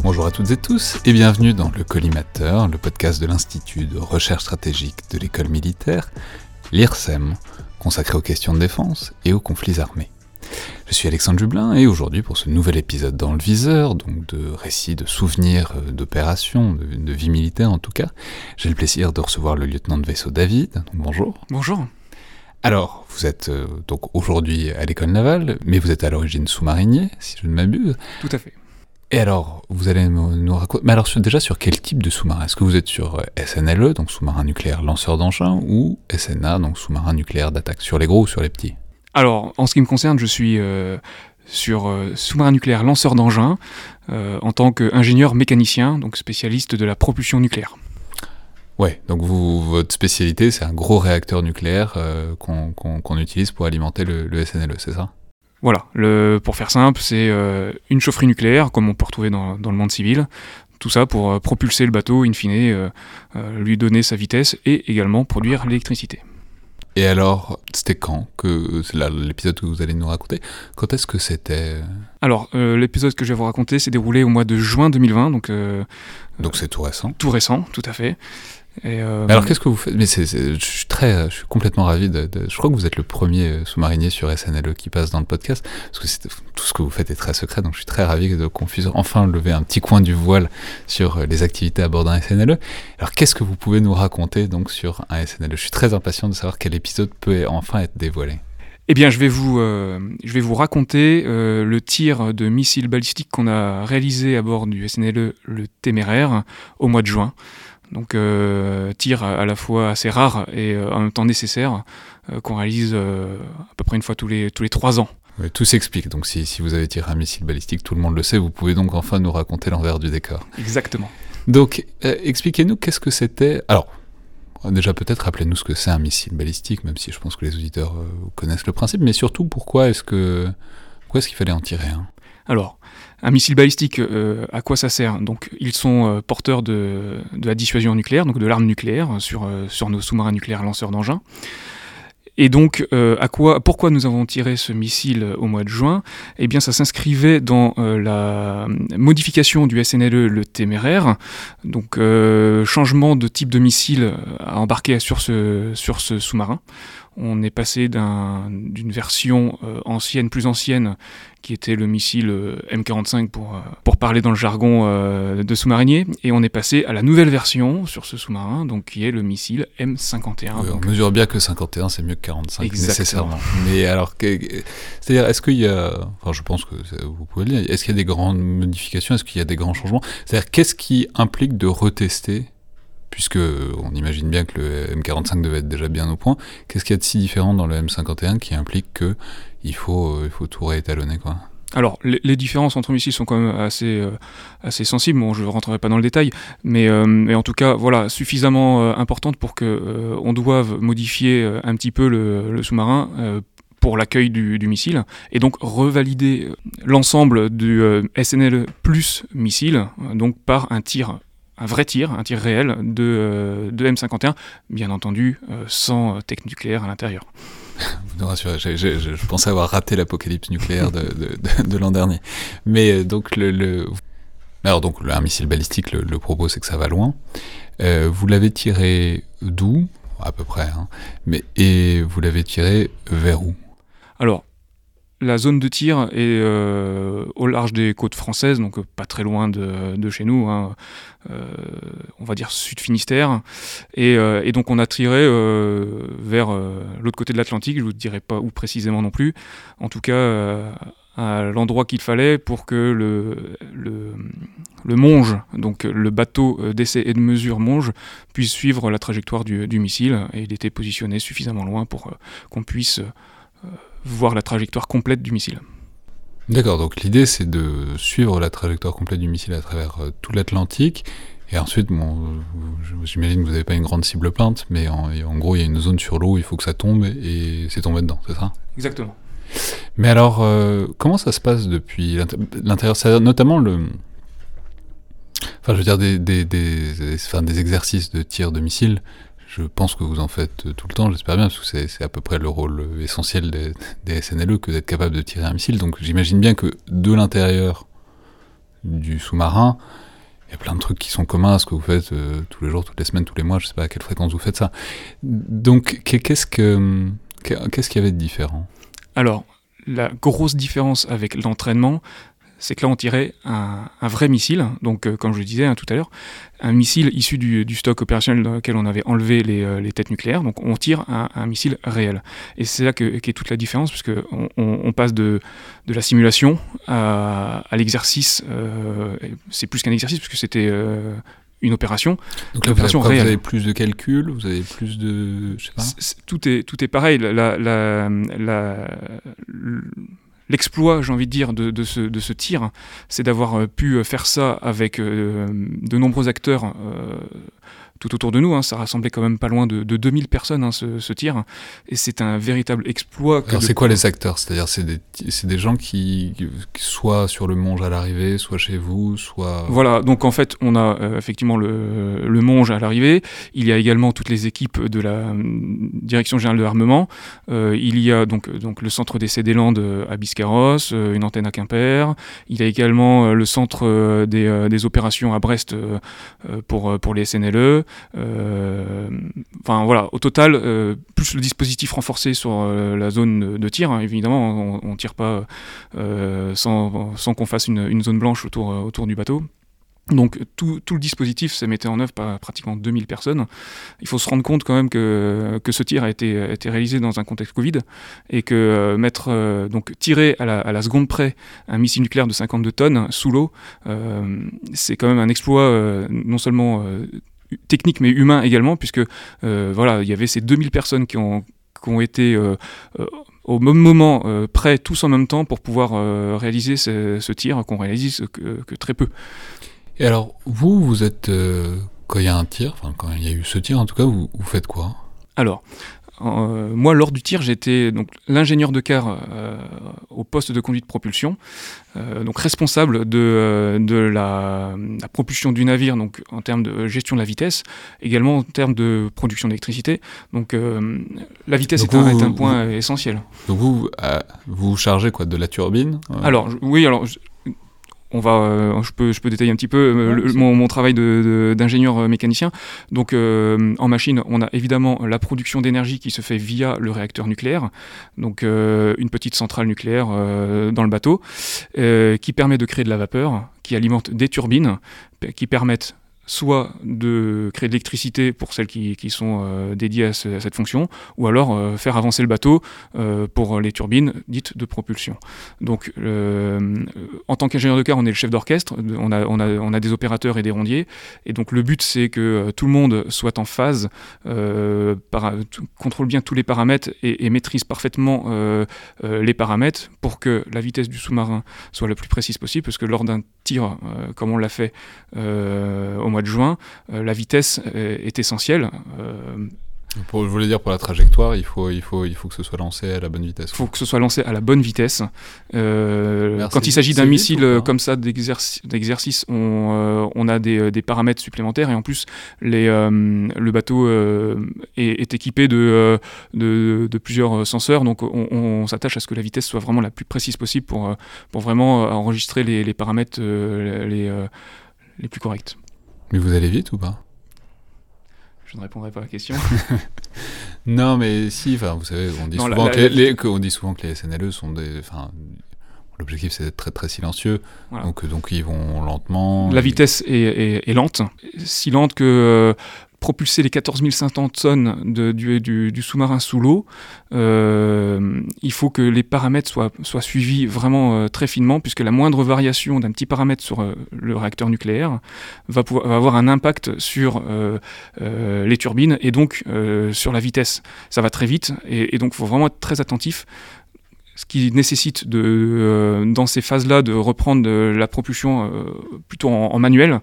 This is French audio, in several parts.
Bonjour à toutes et tous et bienvenue dans le Collimateur, le podcast de l'Institut de recherche stratégique de l'école militaire, l'IRSEM, consacré aux questions de défense et aux conflits armés. Je suis Alexandre Jublin et aujourd'hui pour ce nouvel épisode dans le viseur, donc de récits, de souvenirs, d'opérations, de vie militaire en tout cas, j'ai le plaisir de recevoir le lieutenant de vaisseau David. Donc bonjour. Bonjour. Alors, vous êtes donc aujourd'hui à l'école navale, mais vous êtes à l'origine sous-marinier, si je ne m'abuse. Tout à fait. Et alors, vous allez nous raconter... Mais alors, déjà, sur quel type de sous-marin ? Est-ce que vous êtes sur SNLE, donc sous-marin nucléaire lanceur d'engins, ou SNA, donc sous-marin nucléaire d'attaque ? Sur les gros ou sur les petits ? Alors, en ce qui me concerne, je suis sur sous-marin nucléaire lanceur d'engins, en tant qu'ingénieur mécanicien, donc spécialiste de la propulsion nucléaire. Ouais, donc votre spécialité, c'est un gros réacteur nucléaire qu'on utilise pour alimenter le SNLE, c'est ça ? Voilà, pour faire simple, c'est une chaufferie nucléaire, comme on peut retrouver dans le monde civil. Tout ça pour propulser le bateau, in fine, lui donner sa vitesse et également produire l'électricité. Et alors, c'était quand c'est là l'épisode que vous allez nous raconter. Quand est-ce que c'était ? Alors, l'épisode que je vais vous raconter s'est déroulé au mois de juin 2020, donc c'est tout récent. Tout récent, tout à fait. Alors qu'est-ce que vous faites ? Mais je suis complètement ravi je crois que vous êtes le premier sous-marinier sur SNLE qui passe dans le podcast, parce que tout ce que vous faites est très secret, donc je suis très ravi qu'on puisse enfin lever un petit coin du voile sur les activités à bord d'un SNLE. Alors qu'est-ce que vous pouvez nous raconter donc sur un SNLE ? Je suis très impatient de savoir quel épisode peut enfin être dévoilé. Eh bien, je vais vous raconter le tir de missiles balistiques qu'on a réalisé à bord du SNLE le Téméraire au mois de juin. Donc tir à la fois assez rare et en même temps nécessaire, qu'on réalise à peu près une fois tous les 3 ans. Oui, tout s'explique, donc si vous avez tiré un missile balistique, tout le monde le sait, vous pouvez donc enfin nous raconter l'envers du décor. Exactement. Donc expliquez-nous qu'est-ce que c'était... Alors, déjà peut-être rappelez-nous ce que c'est un missile balistique, même si je pense que les auditeurs connaissent le principe, mais surtout pourquoi est-ce qu'il fallait en tirer un ? Alors, un missile balistique, à quoi ça sert ? Donc, ils sont porteurs de la dissuasion nucléaire, donc de l'arme nucléaire, sur nos sous-marins nucléaires lanceurs d'engins. Et donc, pourquoi nous avons tiré ce missile au mois de juin ? Eh bien, ça s'inscrivait dans la modification du SNLE le Téméraire, donc changement de type de missile à embarquer sur ce sous-marin. On est passé d'une version plus ancienne, qui était le missile M45 pour parler dans le jargon de sous-marinier, et on est passé à la nouvelle version sur ce sous-marin, donc qui est le missile M51. Oui, on mesure bien que 51 c'est mieux que 45 Exactement. Nécessairement. Mais alors, c'est-à-dire, est-ce qu'il y a, enfin je pense que vous pouvez le dire, est-ce qu'il y a des grandes modifications, est-ce qu'il y a des grands changements ? C'est-à-dire, qu'est-ce qui implique de retester ? Puisque on imagine bien que le M45 devait être déjà bien au point, qu'est-ce qu'il y a de si différent dans le M51 qui implique qu'il faut tout réétalonner, quoi ? Alors, les différences entre missiles sont quand même assez sensibles. Bon, je ne rentrerai pas dans le détail, mais en tout cas, voilà, suffisamment importantes pour qu'on doive modifier un petit peu le sous-marin pour l'accueil du missile, et donc revalider l'ensemble du SNLE plus missile, donc par un vrai tir, un tir réel de M51, bien entendu sans tech nucléaire à l'intérieur. Vous nous rassurez, je pensais avoir raté l'apocalypse nucléaire de l'an dernier. Mais donc, un missile balistique, le propos c'est que ça va loin. Vous l'avez tiré d'où ? À peu près. Hein. Et vous l'avez tiré vers où ? Alors, la zone de tir est au large des côtes françaises, donc pas très loin de chez nous, hein, on va dire sud Finistère, et donc on a tiré vers l'autre côté de l'Atlantique, je ne vous dirai pas où précisément non plus, en tout cas à l'endroit qu'il fallait pour que le Monge, donc le bateau d'essai et de mesure Monge, puisse suivre la trajectoire du missile, et il était positionné suffisamment loin pour qu'on puisse voir la trajectoire complète du missile. D'accord, donc l'idée c'est de suivre la trajectoire complète du missile à travers tout l'Atlantique, et ensuite, j'imagine que vous n'avez pas une grande cible peinte, mais en gros il y a une zone sur l'eau, il faut que ça tombe, et c'est tombé dedans, c'est ça ? Exactement. Mais alors, comment ça se passe depuis l'intérieur ? C'est notamment Enfin, je veux dire, des exercices de tir de missiles, je pense que vous en faites tout le temps, j'espère bien, parce que c'est à peu près le rôle essentiel des SNLE que d'être capable de tirer un missile. Donc j'imagine bien que de l'intérieur, du sous-marin. Il y a plein de trucs qui sont communs à ce que vous faites tous les jours, toutes les semaines, tous les mois, je sais pas à quelle fréquence vous faites ça. Donc, qu'est-ce qu'il y avait de différent ? Alors, la grosse différence avec l'entraînement, c'est que là on tirait un vrai missile, donc comme je le disais tout à l'heure, un missile issu du stock opérationnel dans lequel on avait enlevé les têtes nucléaires, donc on tire un missile réel. Et c'est là qu'est toute la différence, puisque on passe de la simulation à l'exercice, c'est plus qu'un exercice, puisque c'était une opération. Donc là, vous avez plus de calculs, vous avez plus de... Je sais pas. Tout est pareil, l'exploit, j'ai envie de dire, de ce tir, c'est d'avoir pu faire ça avec de nombreux acteurs tout autour de nous. Ça rassemblait quand même pas loin de 2000 personnes, ce tir. Et c'est un véritable exploit. Alors c'est quoi les acteurs ? C'est-à-dire c'est des gens qui soit sur le Monge à l'arrivée, soit chez vous, soit... Voilà, donc en fait, on a effectivement le Monge à l'arrivée. Il y a également toutes les équipes de la Direction Générale de l'Armement. Il y a donc le centre d'essai des Landes à Biscarrosse, une antenne à Quimper. Il y a également le centre des opérations à Brest pour les SNLE. Enfin voilà, au total, plus le dispositif renforcé sur la zone de tir, évidemment, on tire pas sans qu'on fasse une zone blanche autour du bateau. Donc tout le dispositif se mettait en œuvre par pratiquement 2000 personnes. Il faut se rendre compte quand même que ce tir a été réalisé dans un contexte Covid et que donc tirer à la seconde près un missile nucléaire de 52 tonnes sous l'eau, c'est quand même un exploit non seulement technique mais humain également, puisque il y avait ces 2000 personnes qui ont été au même moment prêts tous en même temps pour pouvoir réaliser ce tir qu'on réalise que très peu. Et alors, vous êtes, quand il y a un tir, enfin quand il y a eu ce tir en tout cas, vous faites quoi ? Alors, moi, lors du tir, j'étais donc l'ingénieur de quart au poste de conduite de propulsion, donc responsable de la propulsion du navire, donc en termes de gestion de la vitesse, également en termes de production d'électricité. Donc la vitesse est un point essentiel. Donc vous chargez quoi, de la turbine ? Alors je peux détailler un petit peu mon travail d'ingénieur mécanicien. Donc en machine, on a évidemment la production d'énergie qui se fait via le réacteur nucléaire, donc une petite centrale nucléaire dans le bateau, qui permet de créer de la vapeur, qui alimente des turbines, qui permettent soit de créer de l'électricité pour celles qui sont dédiées à cette fonction, ou alors faire avancer le bateau pour les turbines dites de propulsion. Donc, en tant qu'ingénieur de quart, on est le chef d'orchestre, on a des opérateurs et des rondiers, et donc le but c'est que tout le monde soit en phase, contrôle bien tous les paramètres et maîtrise parfaitement les paramètres pour que la vitesse du sous-marin soit la plus précise possible, parce que lors d'un tir, comme on l'a fait au mois de juin, la vitesse est essentielle. Je voulais dire pour la trajectoire, il faut que ce soit lancé à la bonne vitesse. Il faut que ce soit lancé à la bonne vitesse. Quand il s'agit d'un missile comme ça d'exercice, on a des paramètres supplémentaires, et en plus le bateau est équipé de plusieurs senseurs, donc on s'attache à ce que la vitesse soit vraiment la plus précise possible pour vraiment enregistrer les paramètres les plus corrects. Mais vous allez vite ou pas ? Je ne répondrai pas à la question. Non, mais si, vous savez, on dit souvent que les SNLE sont des... L'objectif, c'est d'être très très silencieux, voilà. Donc ils vont lentement. La vitesse est lente, si lente que propulser les 14 500 tonnes du sous-marin sous l'eau, il faut que les paramètres soient suivis vraiment très finement, puisque la moindre variation d'un petit paramètre sur le réacteur nucléaire va avoir un impact sur les turbines et donc sur la vitesse. Ça va très vite et donc il faut vraiment être très attentif. Ce qui nécessite dans ces phases-là de reprendre la propulsion plutôt en manuel.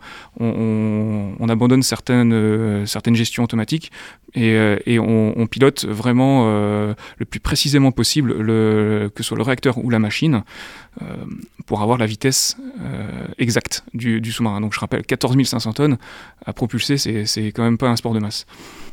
On abandonne certaines gestions automatiques et on pilote vraiment le plus précisément possible, que ce soit le réacteur ou la machine, pour avoir la vitesse exacte du sous-marin. Donc je rappelle, 14 500 tonnes à propulser, c'est quand même pas un sport de masse.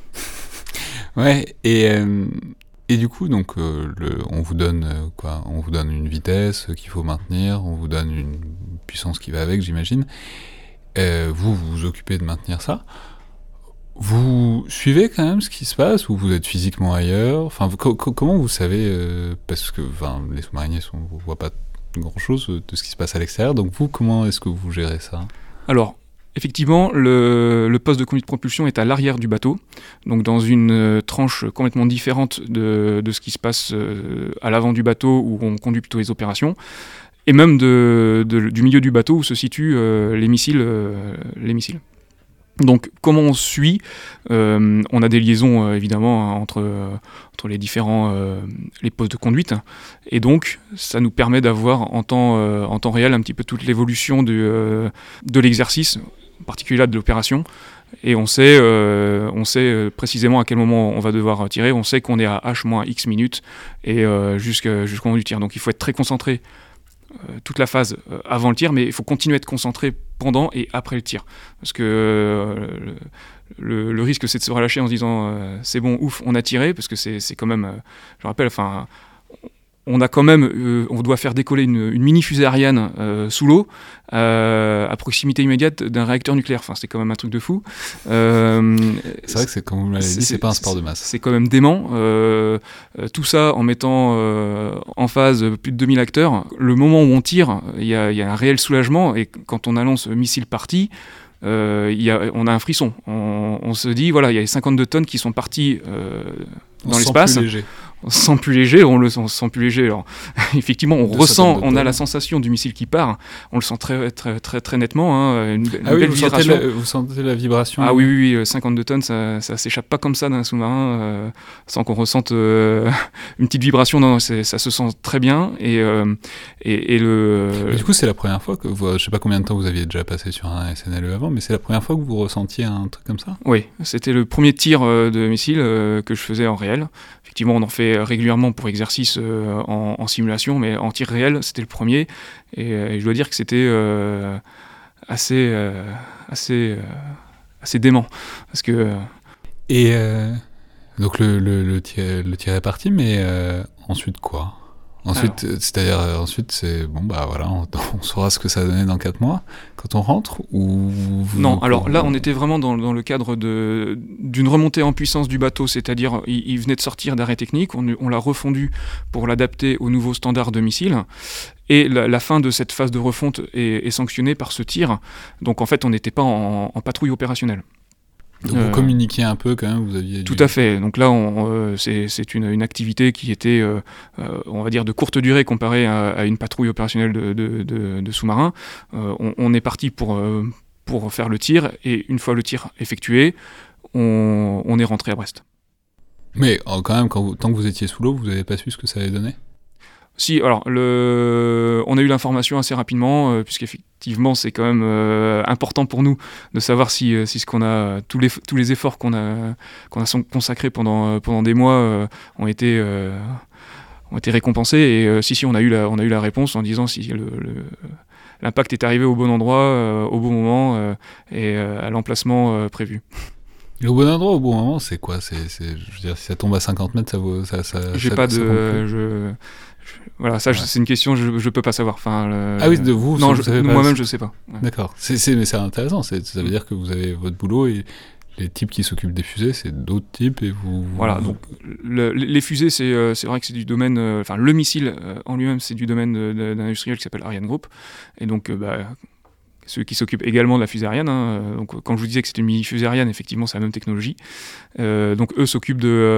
Ouais, et du coup, donc, on vous donne quoi ? On vous donne une vitesse qu'il faut maintenir, on vous donne une puissance qui va avec, j'imagine. Vous vous occupez de maintenir ça. Vous suivez quand même ce qui se passe ou vous êtes physiquement ailleurs? Enfin, comment vous savez, parce que les sous-mariniers ne voient pas grand-chose de ce qui se passe à l'extérieur, donc vous, comment est-ce que vous gérez ça? Alors, effectivement, le poste de conduite de propulsion est à l'arrière du bateau, donc dans une tranche complètement différente de ce qui se passe à l'avant du bateau où on conduit plutôt les opérations, et même du milieu du bateau où se situent les missiles. Donc comment on suit, on a des liaisons évidemment entre les différents les postes de conduite, et donc ça nous permet d'avoir en temps réel un petit peu toute l'évolution de l'exercice, en particulier de l'opération, et on sait précisément à quel moment on va devoir tirer, on sait qu'on est à H-X minutes et jusqu'au moment du tir, donc il faut être très concentré toute la phase avant le tir, mais il faut continuer à être concentré pendant et après le tir. Parce que le risque, c'est de se relâcher en se disant c'est bon, ouf, on a tiré, parce que c'est quand même, je rappelle, on a quand même, on doit faire décoller une mini-fusée Ariane sous l'eau, à proximité immédiate d'un réacteur nucléaire. Enfin, c'est quand même un truc de fou. C'est vrai que comme vous l'avez dit, c'est pas un sport de masse. C'est quand même dément. Tout ça en mettant en phase plus de 2000 acteurs. Le moment où on tire, il y a un réel soulagement, et quand on annonce missile parti, on a un frisson. On se dit, voilà, il y a les 52 tonnes qui sont parties dans l'espace. On se sent plus léger, on se sent plus léger. Alors, effectivement, on a la sensation du missile qui part, on le sent très, très, très, très nettement. Une belle vibration. Vous sentez la vibration? Ah oui, 52 tonnes, ça s'échappe pas comme ça d'un sous-marin, sans qu'on ressente une petite vibration. Non, ça se sent très bien. Et du coup, c'est la première fois que je sais pas combien de temps vous aviez déjà passé sur un SNLE avant, mais c'est la première fois que vous ressentiez un truc comme ça? Oui, c'était le premier tir de missile que je faisais en réel. Effectivement, on en fait régulièrement pour exercice en simulation, mais en tir réel, c'était le premier. Et je dois dire que c'était assez dément. Parce que, donc le tir est parti, mais ensuite quoi? Ensuite, ensuite c'est bon, bah voilà, on saura ce que ça a donné dans 4 mois quand on rentre, ou non, alors là on était vraiment dans le cadre d'une remontée en puissance du bateau, c'est-à-dire il venait de sortir d'arrêt technique, on l'a refondu pour l'adapter aux nouveaux standards de missiles, et la fin de cette phase de refonte est sanctionnée par ce tir, donc en fait on n'était pas en patrouille opérationnelle. Donc vous communiquiez un peu quand même, vous aviez... Tout à fait, donc là c'est une activité qui était, on va dire, de courte durée comparée à une patrouille opérationnelle de sous-marins. On est parti pour faire le tir, et une fois le tir effectué, on est rentré à Brest. Mais quand même, tant que vous étiez sous l'eau, vous n'avez pas su ce que ça allait donner? Si, alors, on a eu l'information assez rapidement, puisqu'effectivement, c'est quand même important pour nous de savoir si ce qu'on a, tous les efforts qu'on a consacrés pendant des mois ont été récompensés. Et si, on a eu la réponse en disant si l'impact est arrivé au bon endroit, au bon moment, et à l'emplacement prévu. Et au bon endroit, au bon moment, c'est quoi? Je veux dire, si ça tombe à 50 mètres, ça vaut... J'ai pas de... Voilà, ça, c'est une question, je peux pas savoir. Ah oui, de vous? Non, moi-même, je sais pas. Ouais. D'accord. Mais c'est intéressant. Ça veut dire que vous avez votre boulot, et les types qui s'occupent des fusées, c'est d'autres types, et vous... Voilà, donc les fusées, c'est vrai que c'est du domaine... le missile en lui-même, c'est du domaine d'un industriel qui s'appelle Ariane Group. Et donc, ceux qui s'occupent également de la fusée Ariane. Donc, quand je vous disais que c'était une mini-fusée Ariane, effectivement, c'est la même technologie. Donc, eux s'occupent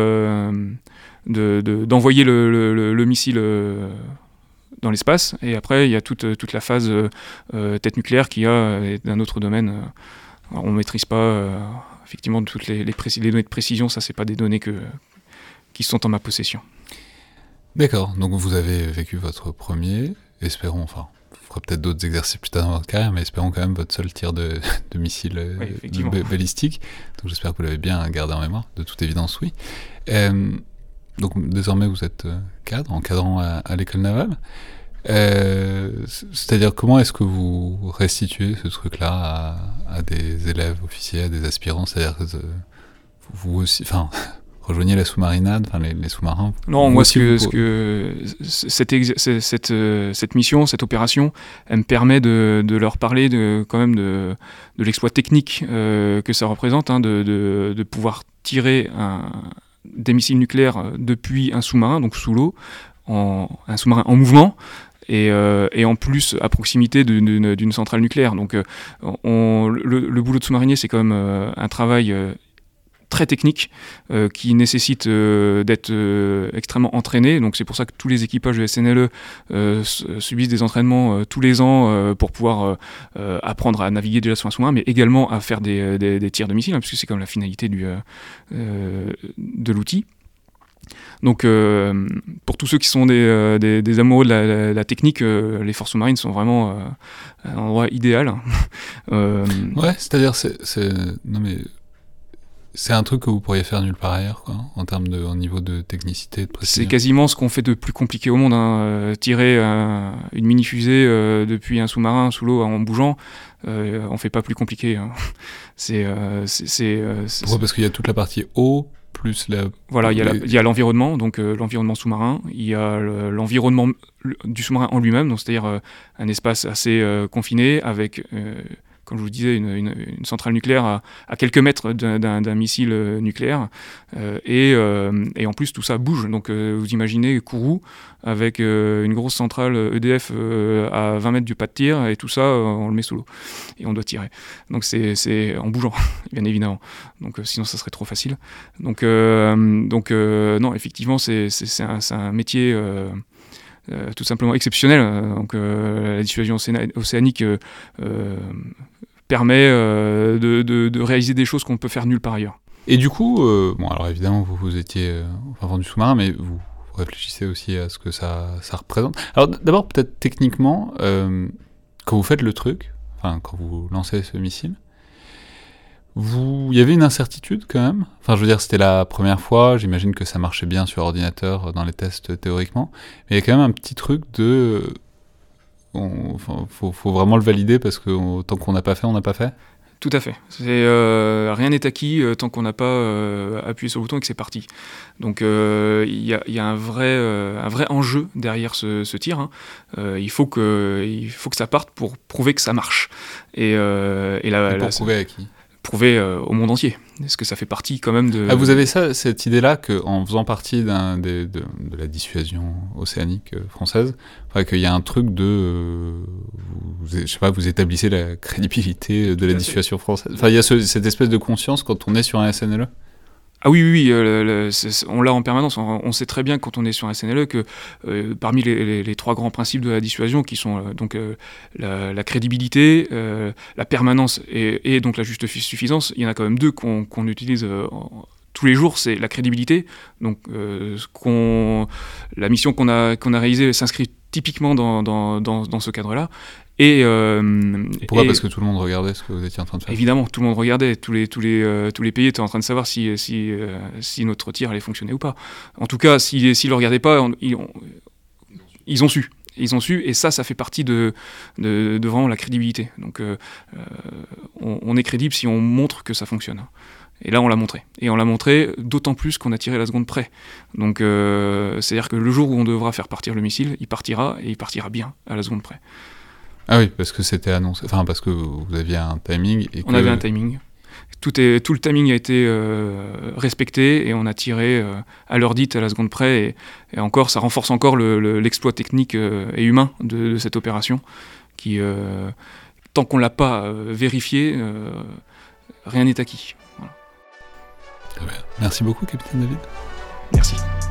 d'envoyer le missile dans l'espace, et après il y a toute la phase tête nucléaire qui est d'un autre domaine. Alors, on ne maîtrise pas effectivement toutes les données de précision, ça c'est pas des données qui sont en ma possession. D'accord, donc vous avez vécu votre premier, espérons, on fera peut-être d'autres exercices plus tard dans votre carrière, mais espérons quand même votre seul tir de missile balistique, donc j'espère que vous l'avez bien gardé en mémoire, de toute évidence oui. Donc désormais vous êtes encadrant à l'école navale. C'est-à-dire, comment est-ce que vous restituez ce truc-là à des élèves officiers, à des aspirants? C'est-à-dire que vous aussi... rejoigniez la sous-marinade, enfin les sous-marins. Non, moi cette mission, cette opération, elle me permet de leur parler quand même de l'exploit technique que ça représente, hein, de pouvoir tirer des missiles nucléaires depuis un sous-marin, donc sous l'eau, un sous-marin en mouvement. Et en plus à proximité d'une centrale nucléaire. Donc le boulot de sous-marinier, c'est quand même un travail très technique qui nécessite d'être extrêmement entraîné. Donc c'est pour ça que tous les équipages de SNLE subissent des entraînements tous les ans pour pouvoir apprendre à naviguer déjà sur un sous-marin, mais également à faire des tirs de missiles, hein, puisque c'est comme la finalité de l'outil. Donc pour tous ceux qui sont des amoureux de la technique, les forces sous-marines sont vraiment un endroit idéal. Ouais, c'est-à-dire non mais c'est un truc que vous pourriez faire nulle part ailleurs, quoi, au niveau de technicité, de précision. C'est quasiment ce qu'on fait de plus compliqué au monde, hein. Tirer une mini-fusée depuis un sous-marin sous l'eau en bougeant, on fait pas plus compliqué, hein. Pourquoi ? Parce qu'il y a toute la partie eau, plus la... Voilà, il y a l'environnement, donc l'environnement sous-marin, il y a l'environnement du sous-marin en lui-même, donc c'est-à-dire un espace assez confiné avec... comme je vous disais, une centrale nucléaire à quelques mètres d'un missile nucléaire. Et en plus, tout ça bouge. Donc, vous imaginez Kourou avec une grosse centrale EDF à 20 mètres du pas de tir, et tout ça, on le met sous l'eau. Et on doit tirer. Donc, c'est en bougeant, bien évidemment. Donc, sinon, ça serait trop facile. Donc non, effectivement, c'est un métier... tout simplement exceptionnel. Donc la dissuasion océanique permet de réaliser des choses qu'on peut faire nulle part ailleurs. Et du coup, bon, alors évidemment, vous étiez au fin fond du sous-marin, mais vous réfléchissez aussi à ce que ça représente. Alors d'abord, peut-être techniquement, quand vous faites le truc, enfin quand vous lancez ce missile, il y avait une incertitude quand même. Enfin, je veux dire, c'était la première fois. J'imagine que ça marchait bien sur ordinateur dans les tests théoriquement. Mais il y a quand même un petit truc de... faut vraiment le valider parce que tant qu'on n'a pas fait, on n'a pas fait. Tout à fait. Rien n'est acquis tant qu'on n'a pas appuyé sur le bouton et que c'est parti. Donc il y a un vrai enjeu derrière ce tir, hein. Il faut que ça parte pour prouver que ça marche. Et pour prouver à qui ? Prouver au monde entier. Est-ce que ça fait partie quand même de... Ah, vous avez cette idée-là qu'en faisant partie de la dissuasion océanique française, qu'il y a un truc je sais pas, vous établissez la crédibilité de la dissuasion française. Enfin, il y a cette espèce de conscience quand on est sur un SNLE. Ah oui, on l'a en permanence. On sait très bien quand on est sur un SNLE que parmi les trois grands principes de la dissuasion, qui sont donc la crédibilité, la permanence et donc la juste suffisance, il y en a quand même deux qu'on utilise tous les jours. C'est la crédibilité. Donc la mission qu'on a réalisée s'inscrit typiquement dans ce cadre-là. Pourquoi ? Parce que tout le monde regardait ce que vous étiez en train de faire. Évidemment, tout le monde regardait, tous les pays étaient en train de savoir si notre tir allait fonctionner ou pas. En tout cas, s'ils le regardaient pas, ils ont su. Ils ont su, et ça fait partie de vraiment la crédibilité. Donc, on est crédible si on montre que ça fonctionne. Et là, on l'a montré. Et on l'a montré d'autant plus qu'on a tiré la seconde près. Donc, c'est-à-dire que le jour où on devra faire partir le missile, il partira, et il partira bien à la seconde près. Ah oui, parce que c'était annoncé, enfin parce que vous aviez un timing. On avait un timing. Tout le timing a été respecté et on a tiré à l'heure dite, à la seconde près. Et encore, ça renforce encore l'exploit technique et humain de cette opération qui, tant qu'on ne l'a pas vérifié, rien n'est acquis. Voilà. Très bien. Merci beaucoup, capitaine David. Merci.